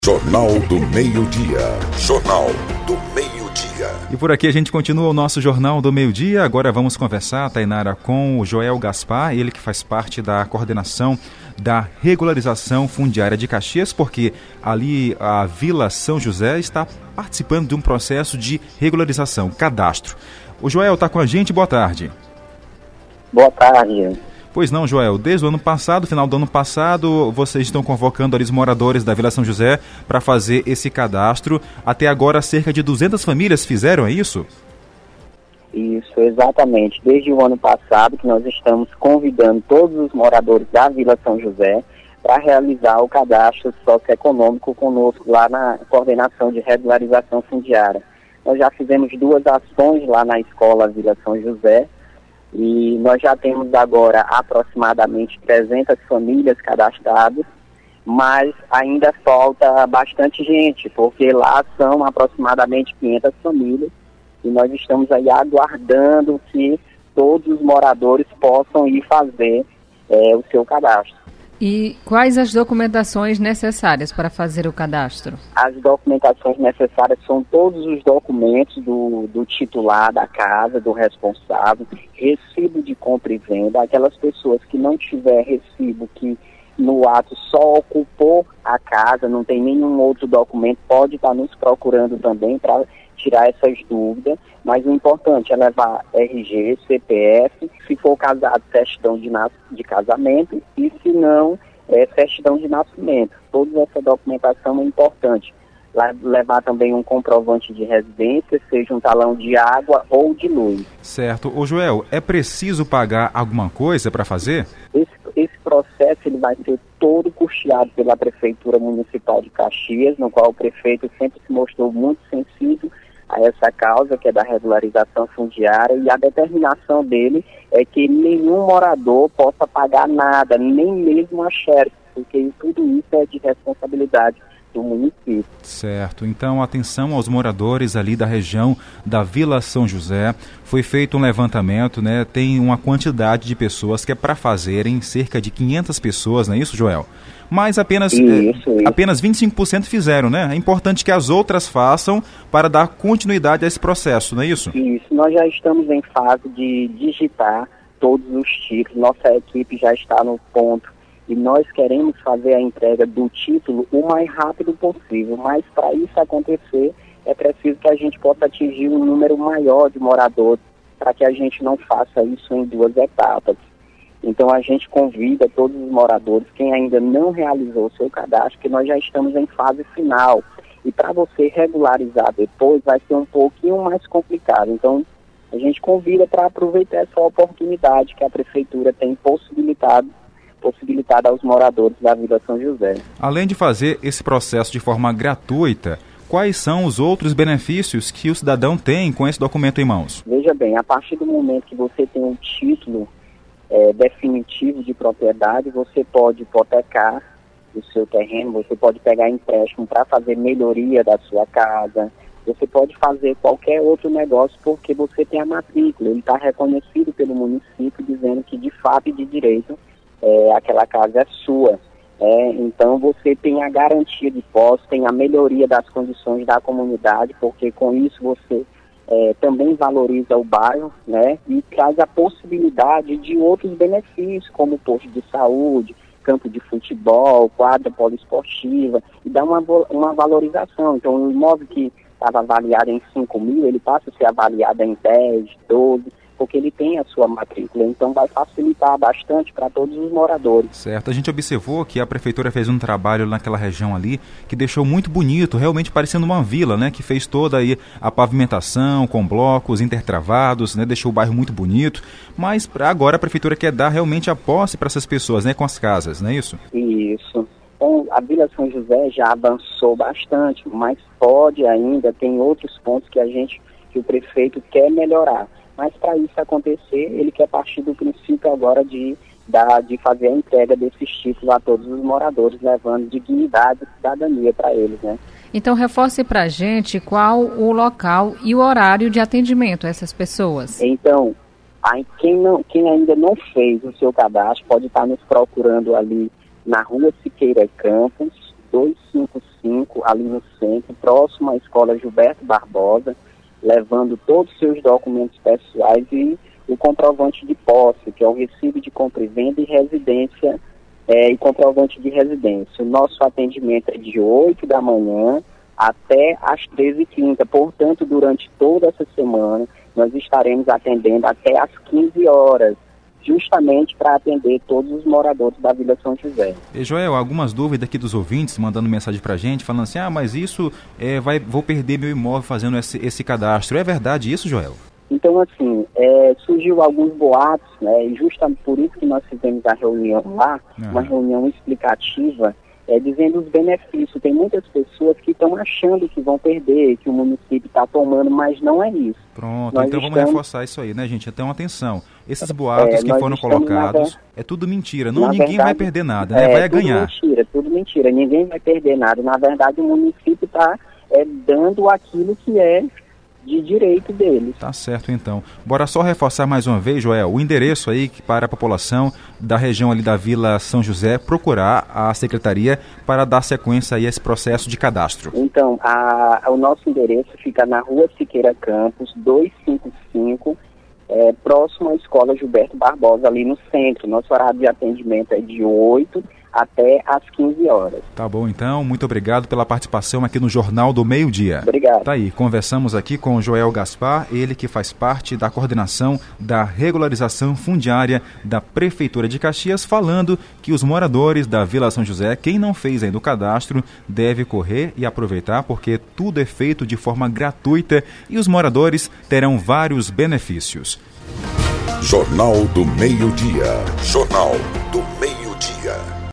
Jornal do Meio-Dia. Jornal do Meio-Dia. E por aqui a gente continua o nosso Jornal do Meio-Dia. Agora vamos conversar, Tainara, com o Joel Gaspar, ele que faz parte da coordenação da regularização fundiária de Caxias, porque ali a Vila São José está participando de um processo de regularização, cadastro. O Joel está com a gente, boa tarde. Boa tarde. Pois não, Joel, desde o ano passado, final do ano passado, vocês estão convocando ali os moradores da Vila São José para fazer esse cadastro. Até agora, cerca de 200 famílias fizeram, é isso? Isso, exatamente. Desde o ano passado que nós estamos convidando todos os moradores da Vila São José para realizar o cadastro socioeconômico conosco lá na coordenação de regularização fundiária. Nós já fizemos 2 ações lá na escola Vila São José, e nós já temos agora aproximadamente 300 famílias cadastradas, mas ainda falta bastante gente, porque lá são aproximadamente 500 famílias, e nós estamos aí aguardando que todos os moradores possam ir fazer o seu cadastro. E quais as documentações necessárias para fazer o cadastro? As documentações necessárias são todos os documentos do titular da casa, do responsável, recibo de compra e venda. Aquelas pessoas que não tiver recibo, que no ato só ocupou a casa, não tem nenhum outro documento, pode estar nos procurando também para tirar essas dúvidas, mas o importante é levar RG, CPF, se for casado, certidão de casamento, e se não, certidão de nascimento. Toda essa documentação é importante. Levar também um comprovante de residência, seja um talão de água ou de luz. Certo. Ô Joel, é preciso pagar alguma coisa para fazer? Esse processo ele vai ser todo custeado pela Prefeitura Municipal de Caxias, no qual o prefeito sempre se mostrou muito sensível a essa causa, que é da regularização fundiária, e a determinação dele é que nenhum morador possa pagar nada, nem mesmo a xerox, porque tudo isso é de responsabilidade do município. Certo, então atenção aos moradores ali da região da Vila São José. Foi feito um levantamento, né? Tem uma quantidade de pessoas que é para fazerem, cerca de 500 pessoas, não é isso, Joel? Mas apenas 25% fizeram, né? É importante que as outras façam para dar continuidade a esse processo, não é isso? Isso, nós já estamos em fase de digitar todos os títulos, nossa equipe já está no ponto e nós queremos fazer a entrega do título o mais rápido possível, mas para isso acontecer é preciso que a gente possa atingir um número maior de moradores, para que a gente não faça isso em 2 etapas. Então a gente convida todos os moradores, quem ainda não realizou o seu cadastro, que nós já estamos em fase final. E para você regularizar depois vai ser um pouquinho mais complicado. Então a gente convida para aproveitar essa oportunidade que a Prefeitura tem possibilitado aos moradores da Vila São José. Além de fazer esse processo de forma gratuita, quais são os outros benefícios que o cidadão tem com esse documento em mãos? Veja bem, a partir do momento que você tem um título definitivo de propriedade, você pode hipotecar o seu terreno, você pode pegar empréstimo para fazer melhoria da sua casa, você pode fazer qualquer outro negócio porque você tem a matrícula, ele está reconhecido pelo município dizendo que de fato e de direito aquela casa é sua. Então você tem a garantia de posse, tem a melhoria das condições da comunidade, porque com isso você também valoriza o bairro, né, e traz a possibilidade de outros benefícios, como posto de saúde, campo de futebol, quadra poliesportiva, e dá uma valorização. Então, um imóvel que estava avaliado em 5 mil, ele passa a ser avaliado em 10, 12, porque ele tem a sua matrícula, então vai facilitar bastante para todos os moradores. Certo, a gente observou que a Prefeitura fez um trabalho naquela região ali que deixou muito bonito, realmente parecendo uma vila, né? Que fez toda aí a pavimentação com blocos intertravados, né? Deixou o bairro muito bonito, mas agora a Prefeitura quer dar realmente a posse para essas pessoas, né? Com as casas, não é isso? Isso. Então, a Vila São José já avançou bastante, mas pode ainda, tem outros pontos que o prefeito quer melhorar. Mas para isso acontecer, ele quer partir do princípio agora de fazer a entrega desses títulos a todos os moradores, levando dignidade e cidadania para eles, né? Então reforce para a gente qual o local e o horário de atendimento a essas pessoas. Então, quem ainda não fez o seu cadastro pode estar nos procurando ali na Rua Siqueira Campos, 255, ali no centro, próximo à Escola Gilberto Barbosa, levando todos os seus documentos pessoais e o comprovante de posse, que é o recibo de compra e venda e residência, e comprovante de residência. O nosso atendimento é de 8 da manhã até às 13h30. Portanto, durante toda essa semana, nós estaremos atendendo até às 15 horas, justamente para atender todos os moradores da Vila São José. E Joel, algumas dúvidas aqui dos ouvintes, mandando mensagem para a gente, falando assim, mas isso, vou perder meu imóvel fazendo esse cadastro. É verdade isso, Joel? Então, assim, surgiu alguns boatos, né, e justamente por isso que nós fizemos a reunião lá, uma reunião explicativa, dizendo os benefícios. Tem muitas pessoas que estão achando que vão perder, que o município está tomando, mas não é isso. Pronto, então vamos reforçar isso aí, né, gente? Então, atenção, esses boatos que foram colocados, é tudo mentira. Não, ninguém vai perder nada, né? Vai ganhar. Tudo mentira. Ninguém vai perder nada. Na verdade, o município está dando aquilo que é de direito deles. Tá certo, então. Bora só reforçar mais uma vez, Joel, o endereço aí para a população da região ali da Vila São José procurar a secretaria para dar sequência aí a esse processo de cadastro. Então, o nosso endereço fica na Rua Siqueira Campos, 255, próximo à Escola Gilberto Barbosa, ali no centro. Nosso horário de atendimento é de 8 até às 15 horas. Tá bom, então. Muito obrigado pela participação aqui no Jornal do Meio-Dia. Obrigado. Tá aí, conversamos aqui com o Joel Gaspar, ele que faz parte da coordenação da regularização fundiária da Prefeitura de Caxias, falando que os moradores da Vila São José, quem não fez ainda o cadastro, deve correr e aproveitar, porque tudo é feito de forma gratuita e os moradores terão vários benefícios. Jornal do Meio-Dia. Jornal do Meio-Dia.